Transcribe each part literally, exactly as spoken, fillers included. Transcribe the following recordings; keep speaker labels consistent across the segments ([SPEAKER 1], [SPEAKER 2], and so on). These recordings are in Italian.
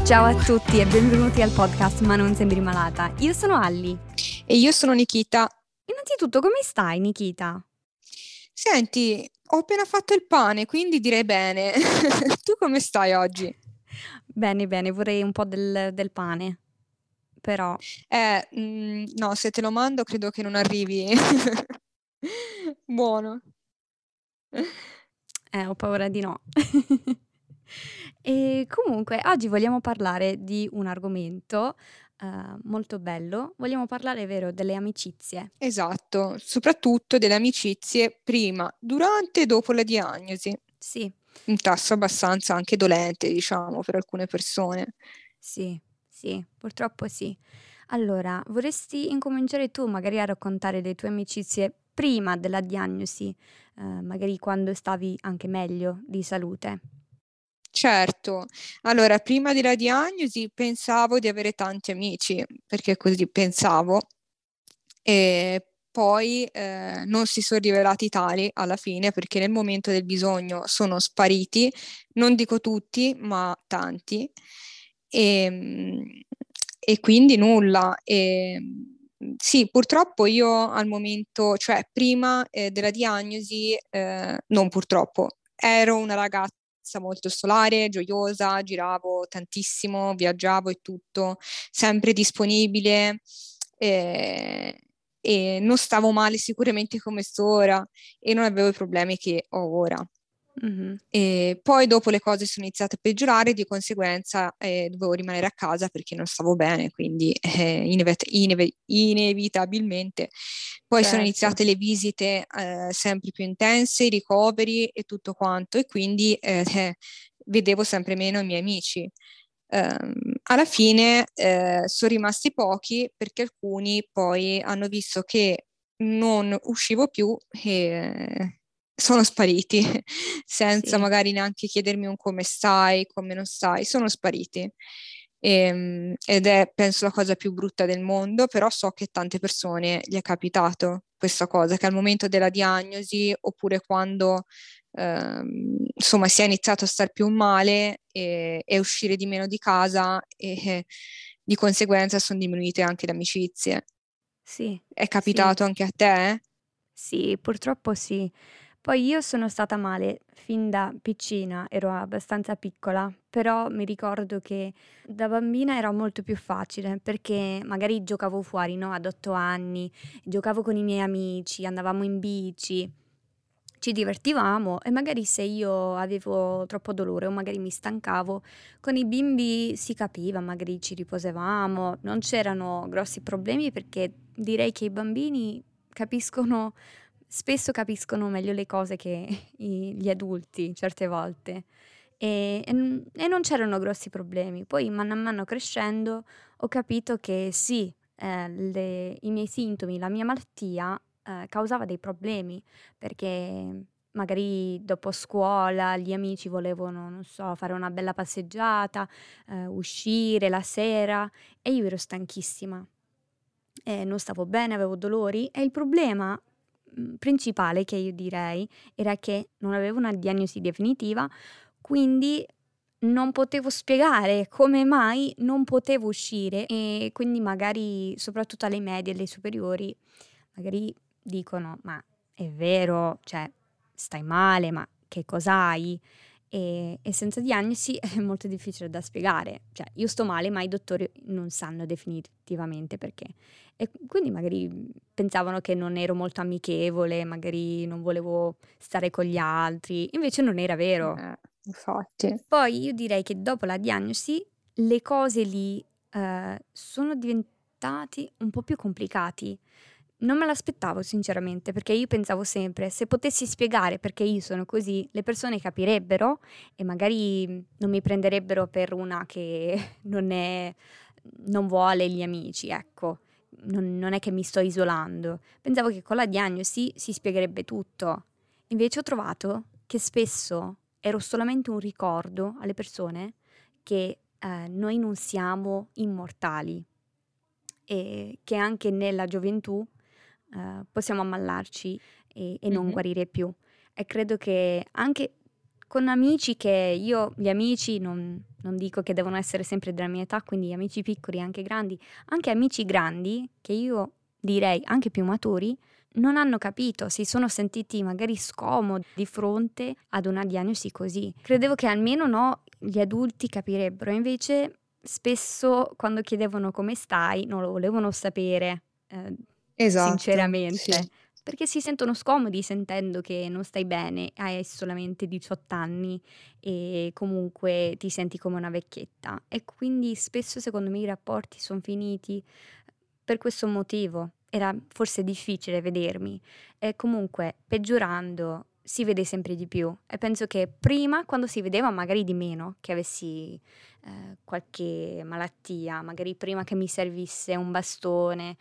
[SPEAKER 1] Ciao a tutti e benvenuti al podcast Ma non sembri malata. Io sono Alli.
[SPEAKER 2] E io sono Nikita.
[SPEAKER 1] Innanzitutto, come stai, Nikita?
[SPEAKER 2] Senti, ho appena fatto il pane, quindi direi bene. Tu come stai oggi?
[SPEAKER 1] Bene, bene, vorrei un po' del, del pane, però
[SPEAKER 2] Eh, mm, no, se te lo mando credo che non arrivi. Buono.
[SPEAKER 1] eh, ho paura di no. E comunque, oggi vogliamo parlare di un argomento eh, molto bello. Vogliamo parlare, vero, delle amicizie.
[SPEAKER 2] Esatto, soprattutto delle amicizie prima, durante e dopo la diagnosi.
[SPEAKER 1] Sì,
[SPEAKER 2] Un tasso abbastanza anche dolente, diciamo, per alcune persone.
[SPEAKER 1] sì, sì, purtroppo sì. Allora, vorresti incominciare tu magari a raccontare le tue amicizie prima della diagnosi, eh, magari quando stavi anche meglio di salute?
[SPEAKER 2] Certo, allora prima della diagnosi pensavo di avere tanti amici, perché così pensavo, e poi eh, non si sono rivelati tali alla fine, perché nel momento del bisogno sono spariti, non dico tutti, ma tanti, e, e quindi nulla. E, sì, purtroppo io al momento, cioè prima eh, della diagnosi, eh, non purtroppo, ero una ragazza molto solare, gioiosa, giravo tantissimo, viaggiavo e tutto, sempre disponibile eh, e non stavo male sicuramente come sto ora e non avevo i problemi che ho ora.
[SPEAKER 1] Mhm.
[SPEAKER 2] E poi dopo le cose sono iniziate a peggiorare, di conseguenza eh, dovevo rimanere a casa perché non stavo bene, quindi eh, inevet- ineve- inevitabilmente. Poi sono
[SPEAKER 1] Certo,
[SPEAKER 2] iniziate le visite eh, sempre più intense, i ricoveri e tutto quanto, e quindi eh, eh, vedevo sempre meno i miei amici. Ehm, alla fine eh, sono rimasti pochi perché alcuni poi hanno visto che non uscivo più e sono spariti senza
[SPEAKER 1] sì,
[SPEAKER 2] magari neanche chiedermi un come stai, come non stai, sono spariti. Ehm, ed è, penso, la cosa più brutta del mondo, però so che tante persone gli è capitato questa cosa, che al momento della diagnosi oppure quando ehm, insomma si è iniziato a star più male e, e uscire di meno di casa e eh, di conseguenza sono diminuite anche le amicizie.
[SPEAKER 1] sì,
[SPEAKER 2] È
[SPEAKER 1] sì,
[SPEAKER 2] capitato anche a te?
[SPEAKER 1] sì, purtroppo sì. Poi io sono stata male fin da piccina, ero abbastanza piccola, però mi ricordo che da bambina era molto più facile perché magari giocavo fuori, no? Ad otto anni, giocavo con i miei amici, andavamo in bici, ci divertivamo e magari se io avevo troppo dolore o magari mi stancavo, con i bimbi si capiva, magari ci riposevamo, non c'erano grossi problemi perché direi che i bambini capiscono, spesso capiscono meglio le cose che i- gli adulti certe volte. E, e n- e non c'erano grossi problemi. Poi, mano a mano crescendo, ho capito che sì, eh, le- i miei sintomi, la mia malattia, eh, causava dei problemi perché magari dopo scuola gli amici volevano, non so, fare una bella passeggiata, eh, uscire la sera e io ero stanchissima e non stavo bene, avevo dolori e il problema mm, principale che io direi era che non avevo una diagnosi definitiva, quindi non potevo spiegare come mai non potevo uscire e quindi magari soprattutto alle medie e alle superiori magari dicono ma è vero, cioè stai male, ma che cos'hai? E, e senza diagnosi è molto difficile da spiegare, cioè io sto male ma i dottori non sanno definitivamente perché. E quindi magari pensavano che non ero molto amichevole, magari non volevo stare con gli altri, invece non era vero.
[SPEAKER 2] Eh, infatti.
[SPEAKER 1] Poi io direi che dopo la diagnosi le cose lì eh, sono diventati un po' più complicati. Non me l'aspettavo sinceramente, perché io pensavo sempre, se potessi spiegare perché io sono così, le persone capirebbero e magari mm, non mi prenderebbero per una che non è, non vuole gli amici, ecco. Non, non è che mi sto isolando. Pensavo che con la diagnosi si spiegherebbe tutto. Invece ho trovato che spesso ero solamente un ricordo alle persone che eh, noi non siamo immortali e che anche nella gioventù eh, possiamo ammalarci e, e non
[SPEAKER 2] Mhm.
[SPEAKER 1] guarire più. E credo che anche con amici che io, gli amici, non, non dico che devono essere sempre della mia età, quindi amici piccoli, anche grandi, anche amici grandi, che io direi anche più maturi, non hanno capito, si sono sentiti magari scomodi di fronte ad una diagnosi così. Credevo che almeno no, gli adulti capirebbero, invece spesso quando chiedevano come stai non lo volevano sapere, eh,
[SPEAKER 2] Esatto, sì.
[SPEAKER 1] sinceramente, perché si sentono scomodi sentendo che non stai bene, hai solamente diciotto anni e comunque ti senti come una vecchietta. E quindi spesso secondo me i rapporti sono finiti per questo motivo. Era forse difficile vedermi e comunque peggiorando si vede sempre di più e penso che prima quando si vedeva magari di meno che avessi eh, qualche malattia, magari prima che mi servisse un bastone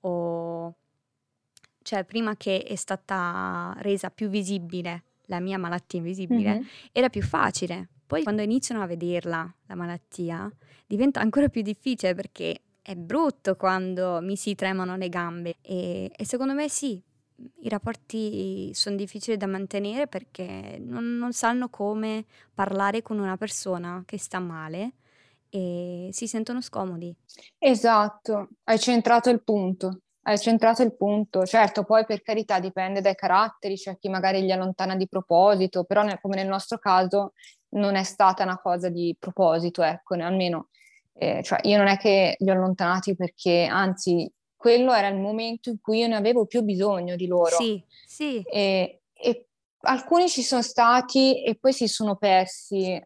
[SPEAKER 1] o cioè prima che è stata resa più visibile la mia malattia invisibile,
[SPEAKER 2] Mhm.
[SPEAKER 1] era più facile. Poi quando iniziano a vederla, la malattia, diventa ancora più difficile perché è brutto quando mi si tremano le gambe e, e secondo me sì, i rapporti sono difficili da mantenere perché non, non sanno come parlare con una persona che sta male e si sentono scomodi.
[SPEAKER 2] Esatto, hai centrato il punto. Hai centrato il punto. Certo, poi per carità dipende dai caratteri, c'è chi magari li allontana di proposito, però nel- come nel nostro caso non è stata una cosa di proposito, ecco, ne- almeno eh, cioè io non è che li ho allontanati perché, anzi, quello era il momento in cui io ne avevo più bisogno di loro.
[SPEAKER 1] Sì, sì,
[SPEAKER 2] E, e alcuni ci sono stati e poi si sono persi,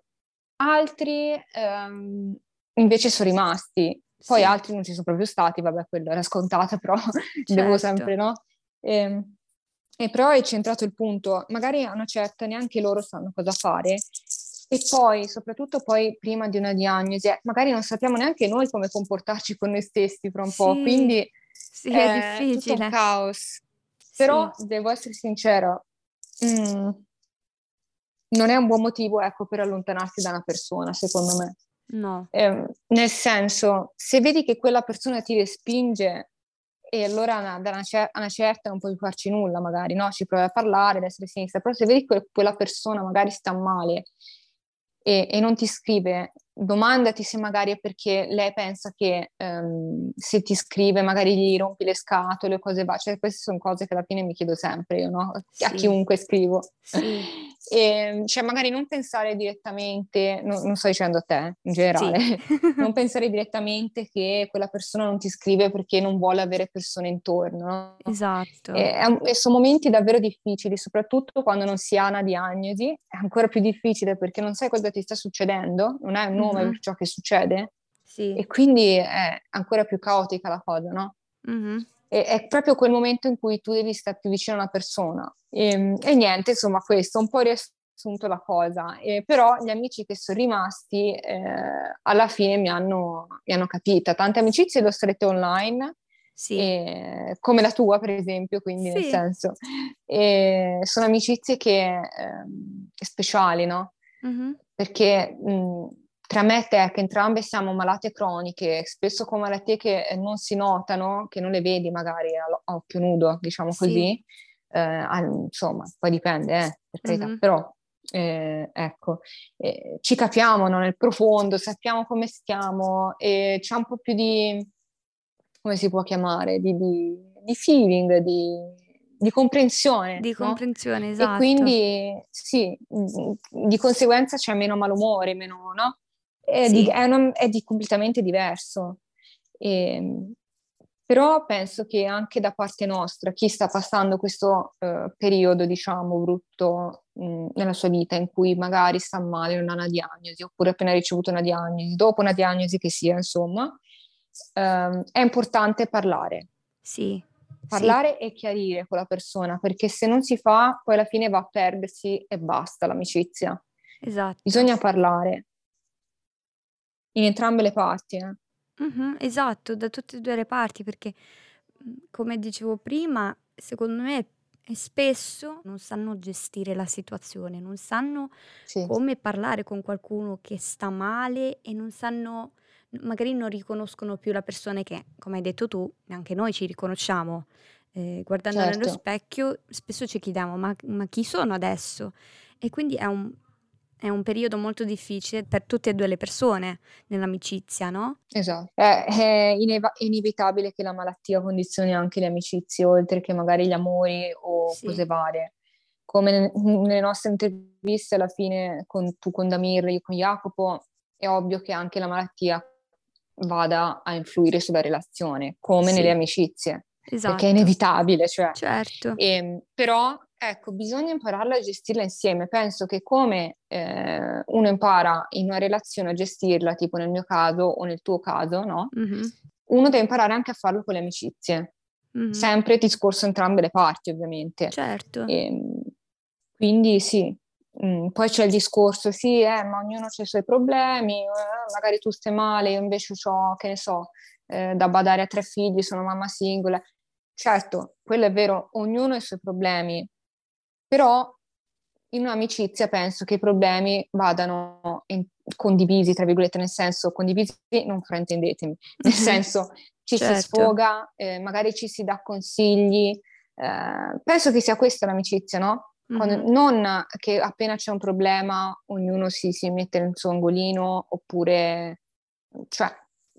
[SPEAKER 2] altri ehm, invece sono rimasti, poi
[SPEAKER 1] sì,
[SPEAKER 2] altri non ci sono proprio stati, vabbè, quello era scontato, però devo
[SPEAKER 1] certo.
[SPEAKER 2] sempre, no? E, e però hai centrato il punto, magari a una certa neanche loro sanno cosa fare. E poi, soprattutto poi prima di una diagnosi, eh, magari non sappiamo neanche noi come comportarci con noi stessi fra un po',
[SPEAKER 1] Sì,
[SPEAKER 2] quindi
[SPEAKER 1] sì, è
[SPEAKER 2] è tutto un
[SPEAKER 1] difficile.
[SPEAKER 2] caos.
[SPEAKER 1] Sì,
[SPEAKER 2] Però devo essere sincera, mm, non è un buon motivo, ecco, per allontanarsi da una persona, secondo me.
[SPEAKER 1] no,
[SPEAKER 2] Ehm, nel senso, se vedi che quella persona ti respinge, e allora una- da una, cer- a una certa non puoi farci nulla, magari, no? Ci provi a parlare, destra e sinistra, però se vedi che quella persona magari sta male e, e non ti scrive, domandati se magari è perché lei pensa che ehm, se ti scrive magari gli rompi le scatole o cose va. Cioè, queste sono cose che alla fine mi chiedo sempre io, no? A
[SPEAKER 1] sì,
[SPEAKER 2] chiunque scrivo.
[SPEAKER 1] sì,
[SPEAKER 2] E, cioè, magari non pensare direttamente, no- non sto dicendo a te in generale,
[SPEAKER 1] sì.
[SPEAKER 2] non pensare direttamente che quella persona non ti scrive perché non vuole avere persone intorno, no?
[SPEAKER 1] Esatto,
[SPEAKER 2] E, è un- e sono momenti davvero difficili, soprattutto quando non si ha una diagnosi, è ancora più difficile perché non sai cosa ti sta succedendo, non hai un nome
[SPEAKER 1] mhm,
[SPEAKER 2] per ciò che succede
[SPEAKER 1] sì,
[SPEAKER 2] e quindi è ancora più caotica la cosa, no?
[SPEAKER 1] mhm,
[SPEAKER 2] E, è proprio quel momento in cui tu devi stare più vicino a una persona. E, e niente, insomma, questo, un po' riassunto la cosa. E, però gli amici che sono rimasti, eh, alla fine mi hanno, mi hanno capita. Tante amicizie le ho strette online,
[SPEAKER 1] sì,
[SPEAKER 2] e- come la tua, per esempio, quindi nel
[SPEAKER 1] sì,
[SPEAKER 2] senso, e sono amicizie che, ehm, speciali, no?
[SPEAKER 1] mhm,
[SPEAKER 2] Perché mh, tra me e te, che entrambe siamo malate croniche, spesso con malattie che eh, non si notano, che non le vedi magari a, a occhio nudo, diciamo
[SPEAKER 1] sì,
[SPEAKER 2] così, eh, al- insomma, poi dipende, eh, per carità,
[SPEAKER 1] mhm,
[SPEAKER 2] però eh, ecco, eh, ci capiamo, no, nel profondo, sappiamo come stiamo e c'è un po' più di, come si può chiamare, di, di- di feeling, di, di comprensione,
[SPEAKER 1] di
[SPEAKER 2] no?
[SPEAKER 1] comprensione,
[SPEAKER 2] E
[SPEAKER 1] esatto,
[SPEAKER 2] quindi sì, mh, di conseguenza c'è meno malumore, meno, no? È, di,
[SPEAKER 1] sì,
[SPEAKER 2] è, una- è di completamente diverso. E, però penso che anche da parte nostra, chi sta passando questo eh, periodo, diciamo, brutto mh, nella sua vita, in cui magari sta male, non ha una diagnosi, oppure ha appena ricevuto una diagnosi, dopo una diagnosi che sia, insomma, ehm, è importante parlare.
[SPEAKER 1] sì, sì,
[SPEAKER 2] Parlare e chiarire con la persona, perché se non si fa, poi alla fine va a perdersi e basta l'amicizia.
[SPEAKER 1] esatto.
[SPEAKER 2] Bisogna parlare in entrambe le parti, eh.
[SPEAKER 1] Mh-mh, esatto, da tutte e due le parti, perché, mhmm, come dicevo prima, secondo me, e spesso non sanno gestire la situazione, non sanno
[SPEAKER 2] Sì,
[SPEAKER 1] come parlare con qualcuno che sta male e non sanno magari non riconoscono più la persona che, come hai detto tu, neanche noi ci riconosciamo. Ehm, guardando nello
[SPEAKER 2] certo.
[SPEAKER 1] specchio spesso ci chiediamo: "Ma ma chi sono adesso?" E quindi è un è un periodo molto difficile per tutte e due le persone nell'amicizia, no?
[SPEAKER 2] Esatto, è, è ineva- inevitabile che la malattia condizioni anche le amicizie, oltre che magari gli amori o
[SPEAKER 1] Sì,
[SPEAKER 2] cose varie. Come ne- nelle nostre interviste alla fine, con, tu con Damir, io con Jacopo, è ovvio che anche la malattia vada a influire sulla relazione, come nelle
[SPEAKER 1] sì,
[SPEAKER 2] amicizie, perché è
[SPEAKER 1] esatto,
[SPEAKER 2] inevitabile, cioè.
[SPEAKER 1] certo.
[SPEAKER 2] Ehm, però, ecco, bisogna impararla a gestirla insieme. Penso che come eh, uno impara in una relazione a gestirla, tipo nel mio caso o nel tuo caso, no?
[SPEAKER 1] Mhm,
[SPEAKER 2] Uno deve imparare anche a farlo con le amicizie,
[SPEAKER 1] mhm,
[SPEAKER 2] sempre discorso entrambe le parti, ovviamente.
[SPEAKER 1] certo.
[SPEAKER 2] Ehm, quindi sì. Mm, poi c'è il discorso, sì, eh, ma ognuno ha i suoi problemi, eh, magari tu stai male, io invece ho, che ne so, eh, da badare a tre figli, sono mamma singola. Certo, quello è vero, ognuno ha i suoi problemi, però in un'amicizia penso che i problemi vadano in- condivisi, tra virgolette, nel senso, condivisi, non fraintendetemi, nel
[SPEAKER 1] Mhm,
[SPEAKER 2] senso ci si
[SPEAKER 1] certo.
[SPEAKER 2] sfoga, eh, magari ci si dà consigli. Eh, penso che sia questa l'amicizia, no?
[SPEAKER 1] Mhm,
[SPEAKER 2] Quando- non che appena c'è un problema ognuno si, si mette nel suo angolino, oppure, cioè,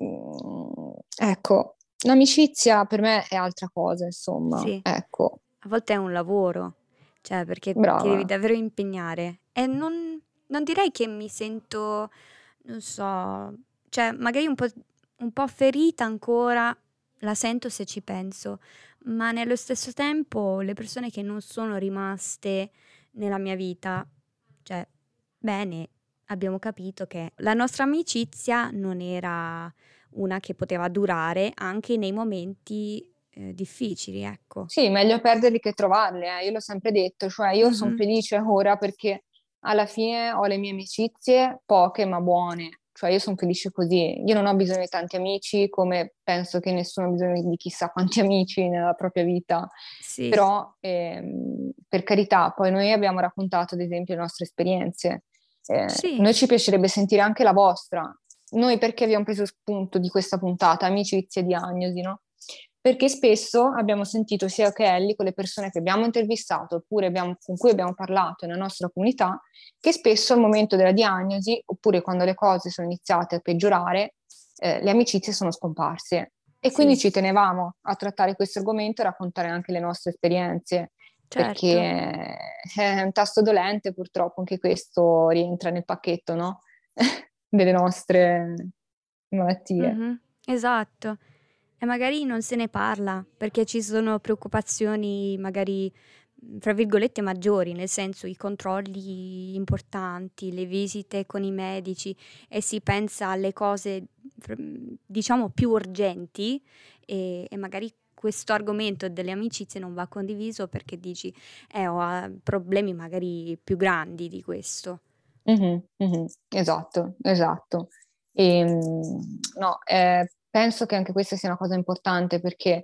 [SPEAKER 2] mm, ecco, l'amicizia per me è altra cosa, insomma,
[SPEAKER 1] sì.
[SPEAKER 2] ecco,
[SPEAKER 1] A volte è un lavoro, cioè perché ti devi
[SPEAKER 2] brava.
[SPEAKER 1] davvero impegnare e non, non direi che mi sento, non so, cioè magari un po', un po' ferita ancora, la sento se ci penso, ma nello stesso tempo le persone che non sono rimaste nella mia vita, cioè, bene, abbiamo capito che la nostra amicizia non era una che poteva durare anche nei momenti eh, difficili, ecco.
[SPEAKER 2] Sì, meglio perderli che trovarli, eh. Io l'ho sempre detto, cioè io sono
[SPEAKER 1] Mhm.
[SPEAKER 2] felice ora perché alla fine ho le mie amicizie, poche ma buone, cioè io sono felice così. Io non ho bisogno di tanti amici, come penso che nessuno ha bisogno di chissà quanti amici nella propria vita,
[SPEAKER 1] Sì,
[SPEAKER 2] però ehm, per carità, poi noi abbiamo raccontato ad esempio le nostre esperienze. Eh,
[SPEAKER 1] sì,
[SPEAKER 2] noi ci piacerebbe sentire anche la vostra. Noi perché abbiamo preso spunto di questa puntata, amicizie e diagnosi, no? Perché spesso abbiamo sentito sia Kelly con le persone che abbiamo intervistato oppure abbiamo- con cui abbiamo parlato nella nostra comunità, che spesso al momento della diagnosi oppure quando le cose sono iniziate a peggiorare, eh, le amicizie sono scomparse. E quindi
[SPEAKER 1] sì,
[SPEAKER 2] ci tenevamo a trattare questo argomento e raccontare anche le nostre esperienze,
[SPEAKER 1] certo.
[SPEAKER 2] perché è un tasto dolente, purtroppo anche questo rientra nel pacchetto, no? Delle nostre malattie.
[SPEAKER 1] Mhm, esatto. E magari non se ne parla perché ci sono preoccupazioni magari, mh, fra virgolette, maggiori, nel senso i controlli importanti, le visite con i medici e si pensa alle cose, fr- mh, diciamo, più urgenti e, e magari questo argomento delle amicizie non va condiviso perché dici, eh, ho ah, problemi magari più grandi di questo.
[SPEAKER 2] Mhm, mhm. Esatto, esatto. E, mm, no, eh, penso che anche questa sia una cosa importante perché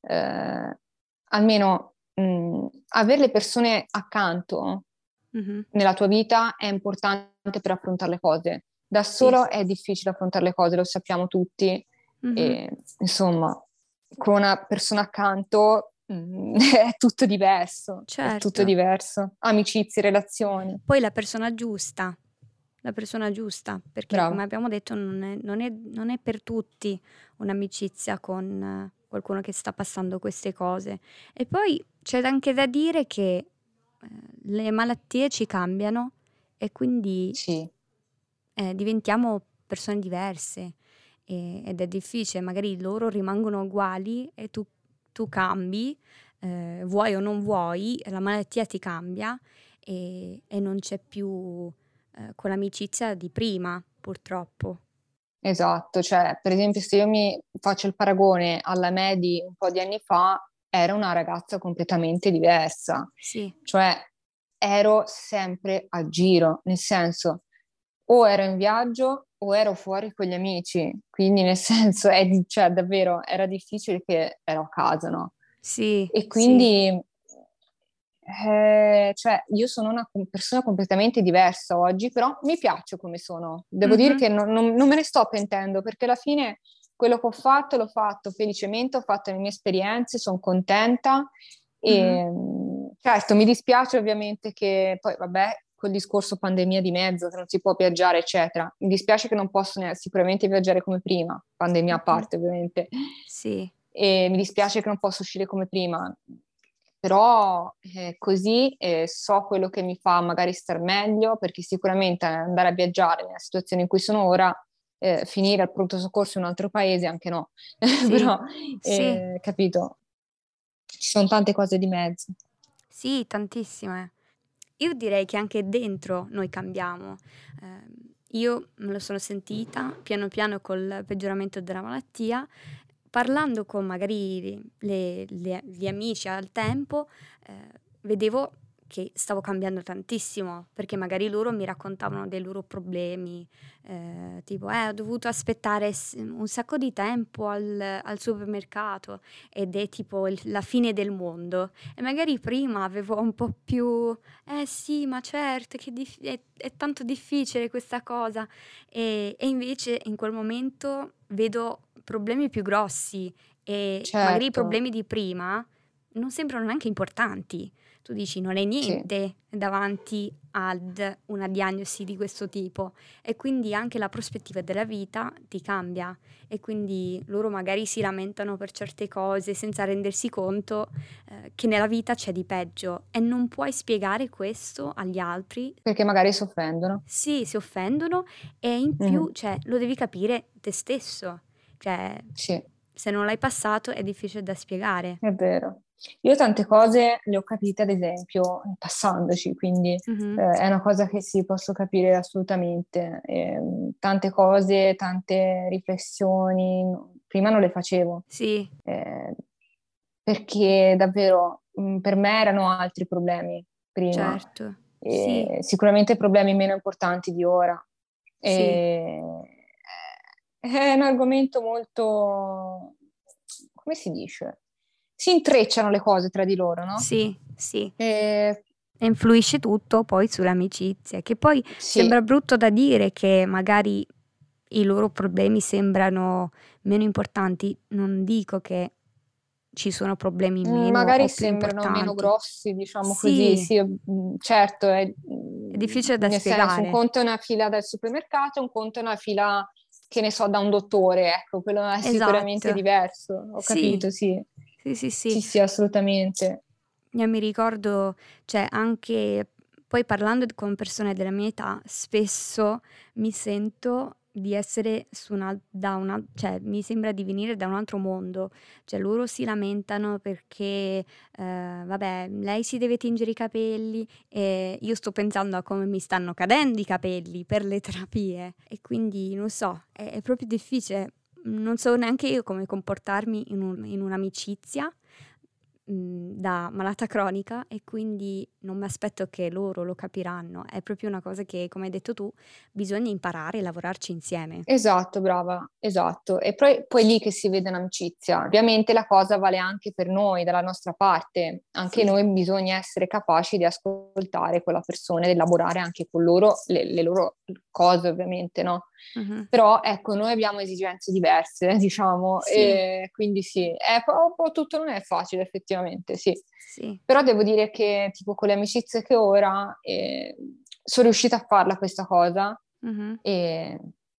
[SPEAKER 2] eh, almeno mm, avere le persone accanto
[SPEAKER 1] Mhm,
[SPEAKER 2] nella tua vita è importante per affrontare le cose. Da
[SPEAKER 1] sì.
[SPEAKER 2] solo è difficile affrontare le cose, lo sappiamo tutti.
[SPEAKER 1] Mhm,
[SPEAKER 2] E, insomma, con una persona accanto mm, è tutto diverso, è tutto
[SPEAKER 1] certo.
[SPEAKER 2] diverso. Amicizie, relazioni.
[SPEAKER 1] Poi la persona giusta, la persona giusta, perché come
[SPEAKER 2] Brava.
[SPEAKER 1] abbiamo detto non è, non è- non è per tutti un'amicizia con eh, qualcuno che sta passando queste cose. E poi c'è anche da dire che eh, le malattie ci cambiano e quindi
[SPEAKER 2] Sì.
[SPEAKER 1] eh, diventiamo persone diverse e- ed è difficile, magari loro rimangono uguali e tu, tu cambi, eh, vuoi o non vuoi, la malattia ti cambia e, e non c'è più eh, quell'amicizia di prima, purtroppo.
[SPEAKER 2] Esatto, cioè per esempio se io mi faccio il paragone alla me di un po' di anni fa, era una ragazza completamente diversa,
[SPEAKER 1] Sì,
[SPEAKER 2] cioè ero sempre a giro, nel senso o ero in viaggio o ero fuori con gli amici, quindi nel senso è, di- cioè, davvero era difficile che ero a casa, no?
[SPEAKER 1] sì,
[SPEAKER 2] E
[SPEAKER 1] sì.
[SPEAKER 2] quindi, eh, cioè, io sono una com- persona completamente diversa oggi, però mi piace come sono. Devo dire
[SPEAKER 1] Mhm,
[SPEAKER 2] che non, non- non me ne sto pentendo, perché alla fine quello che ho fatto l'ho fatto felicemente, ho fatto le mie esperienze, sono contenta.
[SPEAKER 1] mhm.
[SPEAKER 2] E, mh, certo, mi dispiace ovviamente che poi, vabbè, col discorso pandemia di mezzo, che non si può viaggiare, eccetera. Mi dispiace che non posso ne- sicuramente viaggiare come prima, pandemia a
[SPEAKER 1] Mh-mh.
[SPEAKER 2] parte ovviamente,
[SPEAKER 1] Sì,
[SPEAKER 2] e mi dispiace che non posso uscire come prima, però eh, così eh, so quello che mi fa magari star meglio, perché sicuramente andare a viaggiare nella situazione in cui sono ora, eh, finire al pronto soccorso in un altro paese, anche no,
[SPEAKER 1] sì,
[SPEAKER 2] però
[SPEAKER 1] sì,
[SPEAKER 2] eh, capito, ci sono tante cose di mezzo.
[SPEAKER 1] sì, tantissime. Io direi che anche dentro noi cambiamo. Ehm, io me lo sono sentita piano piano col peggioramento della malattia, parlando con magari le- le- gli amici al tempo, eh, vedevo che stavo cambiando tantissimo, perché magari loro mi raccontavano dei loro problemi, eh, tipo, eh, ho dovuto aspettare s- un sacco di tempo al, al supermercato ed è tipo il- la fine del mondo. E magari prima avevo un po' più eh sì, ma certo, che dif- è, è tanto difficile questa cosa. E, e invece in quel momento vedo problemi più grossi e magari i
[SPEAKER 2] Certo,
[SPEAKER 1] problemi di prima non sembrano neanche importanti. Tu dici non è
[SPEAKER 2] sì.
[SPEAKER 1] niente davanti ad una diagnosi di questo tipo e quindi anche la prospettiva della vita ti cambia e quindi loro magari si lamentano per certe cose senza rendersi conto eh, che nella vita c'è di peggio e non puoi spiegare questo agli altri.
[SPEAKER 2] Perché magari si offendono.
[SPEAKER 1] Sì, si offendono e in
[SPEAKER 2] Mhm.
[SPEAKER 1] più, cioè, lo devi capire te stesso. Cioè,
[SPEAKER 2] Sì,
[SPEAKER 1] se non l'hai passato è difficile da spiegare.
[SPEAKER 2] è vero. Io tante cose le ho capite, ad esempio, passandoci, quindi
[SPEAKER 1] Mhm.
[SPEAKER 2] eh, è una cosa che sì, posso capire assolutamente. Ehm, tante cose, tante riflessioni, no- prima non le facevo,
[SPEAKER 1] Sì,
[SPEAKER 2] eh, perché davvero mh, per me erano altri problemi prima,
[SPEAKER 1] certo. Sì,
[SPEAKER 2] e sicuramente problemi meno importanti di ora.
[SPEAKER 1] sì,
[SPEAKER 2] E- è un argomento molto, come si dice? Si intrecciano le cose tra di loro, no?
[SPEAKER 1] sì, sì.
[SPEAKER 2] E,
[SPEAKER 1] E influisce tutto poi sulle amicizie, che poi
[SPEAKER 2] sì,
[SPEAKER 1] sembra brutto da dire che magari i loro problemi sembrano meno importanti. Non dico che ci sono problemi
[SPEAKER 2] mm,
[SPEAKER 1] meno
[SPEAKER 2] magari
[SPEAKER 1] o più
[SPEAKER 2] sembrano meno
[SPEAKER 1] importanti.
[SPEAKER 2] grossi, diciamo così.
[SPEAKER 1] Sì,
[SPEAKER 2] Sì, mm, certo, è,
[SPEAKER 1] è
[SPEAKER 2] mm,
[SPEAKER 1] difficile da
[SPEAKER 2] nel senso, un
[SPEAKER 1] spiegare.
[SPEAKER 2] conto è una fila del supermercato, un conto è una fila, che ne so, da un dottore, ecco, quello è sicuramente
[SPEAKER 1] Esatto.
[SPEAKER 2] diverso, ho
[SPEAKER 1] Sì,
[SPEAKER 2] capito, sì.
[SPEAKER 1] sì, sì, sì.
[SPEAKER 2] Sì, sì, assolutamente.
[SPEAKER 1] Io mi ricordo, cioè anche poi parlando d- con persone della mia età, spesso mi sento di essere su una, da una, cioè mi sembra di venire da un altro mondo. Cioè loro si lamentano perché, eh, vabbè, lei si deve tingere i capelli e io sto pensando a come mi stanno cadendo i capelli per le terapie e quindi non so, è, è proprio difficile. Non so neanche io come comportarmi in un- in un'amicizia mhmm, da malata cronica e quindi non m'aspetto che loro lo capiranno. È proprio una cosa che, come hai detto tu, bisogna imparare e lavorarci insieme.
[SPEAKER 2] Esatto, brava, esatto. E poi, poi è lì che si vede un'amicizia. Ovviamente la cosa vale anche per noi, dalla nostra parte. Anche
[SPEAKER 1] Sì,
[SPEAKER 2] noi bisogna essere capaci di ascoltare quella persona ed elaborare anche con loro le, le loro cose, ovviamente, no?
[SPEAKER 1] mh-mh.
[SPEAKER 2] Però ecco, noi abbiamo esigenze diverse, diciamo,
[SPEAKER 1] Sì,
[SPEAKER 2] e quindi sì, è proprio tutto non è facile, effettivamente, sì.
[SPEAKER 1] sì,
[SPEAKER 2] Però devo dire che, tipo, con le amicizie che ho ora, eh, sono riuscita a farla questa cosa
[SPEAKER 1] mh-mh.
[SPEAKER 2] e,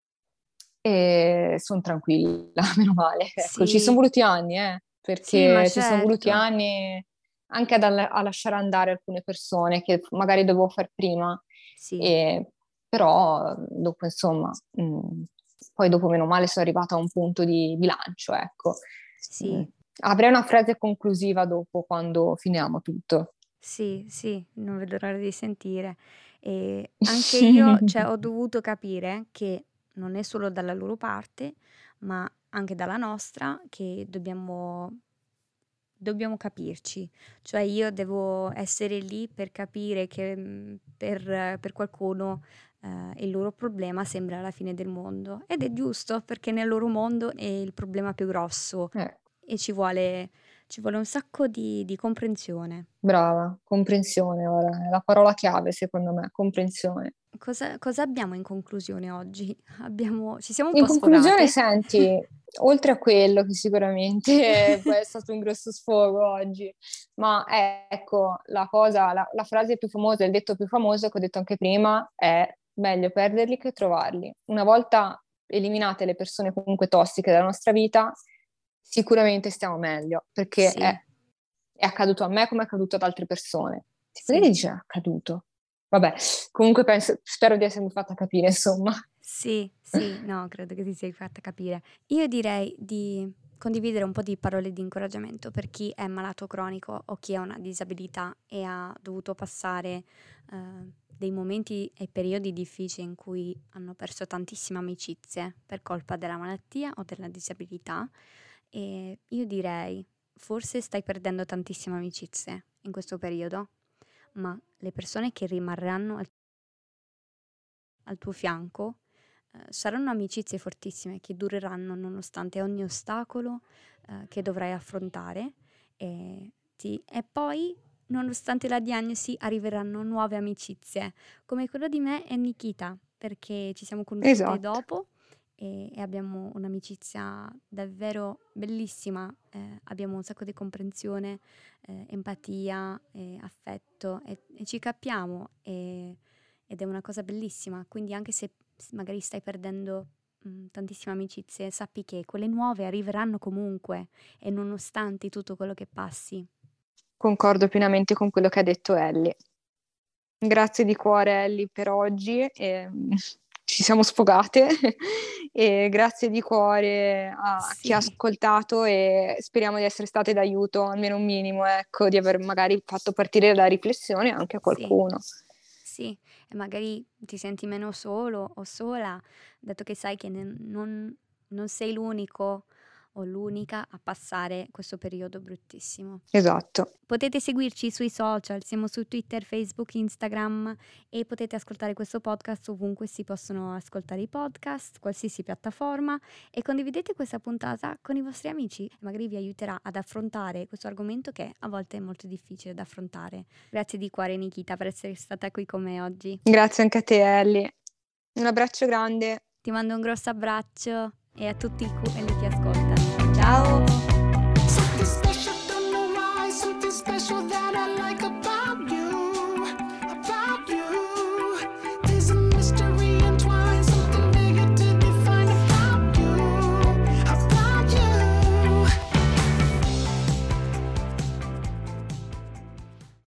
[SPEAKER 2] e sono tranquilla, meno male. Ecco, ci sono
[SPEAKER 1] Sì,
[SPEAKER 2] voluti anni, eh,
[SPEAKER 1] sì, ma
[SPEAKER 2] perché ci sono voluti
[SPEAKER 1] certo.
[SPEAKER 2] anni anche ad alla- a lasciare andare alcune persone che magari dovevo far prima,
[SPEAKER 1] Sì,
[SPEAKER 2] e, però dopo, insomma, mh, poi dopo, meno male, sono arrivata a un punto di bilancio, ecco. Mm.
[SPEAKER 1] sì,
[SPEAKER 2] Avrei una frase conclusiva dopo, quando finiamo tutto.
[SPEAKER 1] sì, sì, non vedo l'ora di sentire. E anche io, cioè, ho dovuto capire che non è solo dalla loro parte, ma anche dalla nostra, che dobbiamo Dobbiamo capirci, cioè io devo essere lì per capire che, mhmm, per per qualcuno, ehm, il loro problema sembra la fine del mondo ed è giusto perché nel loro mondo è il problema più grosso
[SPEAKER 2] Eh,
[SPEAKER 1] e ci vuole Ci vuole un sacco di, di comprensione.
[SPEAKER 2] Brava, comprensione, ora, è la parola chiave secondo me, comprensione.
[SPEAKER 1] Cosa, cosa abbiamo in conclusione oggi? Abbiamo, ci siamo un
[SPEAKER 2] In
[SPEAKER 1] po'
[SPEAKER 2] conclusione,
[SPEAKER 1] sfogate.
[SPEAKER 2] senti, oltre a quello che sicuramente poi è stato un grosso sfogo oggi, ma è, ecco, la cosa, la, la frase più famosa, il detto più famoso che ho detto anche prima è meglio perderli che trovarli. Una volta eliminate le persone comunque tossiche dalla nostra vita, sicuramente stiamo meglio, perché è,
[SPEAKER 1] Sì,
[SPEAKER 2] è accaduto a me come è accaduto ad altre persone. Si potete
[SPEAKER 1] sì,
[SPEAKER 2] dire accaduto? Vabbè, comunque penso, spero di essermi fatta capire, insomma.
[SPEAKER 1] sì, sì, no, credo che ti sei fatta capire. Io direi di condividere un po' di parole di incoraggiamento per chi è malato cronico o chi ha una disabilità e ha dovuto passare eh, dei momenti e periodi difficili in cui hanno perso tantissime amicizie per colpa della malattia o della disabilità. E io direi, forse stai perdendo tantissime amicizie in questo periodo, ma le persone che rimarranno al, al tuo fianco eh, saranno amicizie fortissime che dureranno nonostante ogni ostacolo eh, che dovrai affrontare e, ti- e poi, nonostante la diagnosi, arriveranno nuove amicizie, come quello di me e Nikita, perché ci siamo conosciute
[SPEAKER 2] Esatto.
[SPEAKER 1] dopo e, e abbiamo un'amicizia davvero bellissima, eh, abbiamo un sacco di comprensione, eh, empatia, e affetto e, e ci capiamo e- ed è una cosa bellissima, quindi anche se s- magari stai perdendo mm, tantissime amicizie, sappi che quelle nuove arriveranno comunque e nonostante tutto quello che passi.
[SPEAKER 2] Concordo pienamente con quello che ha detto Ellie. Grazie di cuore Ellie per oggi, e, mm, ci siamo sfogate e grazie di cuore a chi ha
[SPEAKER 1] Sì,
[SPEAKER 2] ascoltato e speriamo di essere state d'aiuto, almeno un minimo, ecco, di aver magari fatto partire la riflessione anche a
[SPEAKER 1] sì,
[SPEAKER 2] qualcuno.
[SPEAKER 1] sì, e magari ti senti meno solo o sola, dato che sai che ne- non, non sei l'unico o l'unica a passare questo periodo bruttissimo.
[SPEAKER 2] Esatto.
[SPEAKER 1] Potete seguirci sui social, siamo su Twitter, Facebook, Instagram e potete ascoltare questo podcast ovunque si possono ascoltare i podcast, qualsiasi piattaforma e condividete questa puntata con i vostri amici, magari vi aiuterà ad affrontare questo argomento che a volte è molto difficile da affrontare. Grazie di cuore Nikita per essere stata qui con me oggi.
[SPEAKER 2] Grazie anche a te Ellie. Un abbraccio grande.
[SPEAKER 1] Ti mando un grosso abbraccio e a tutti quelli che ascoltano.
[SPEAKER 2] Ciao.
[SPEAKER 1] Ciao!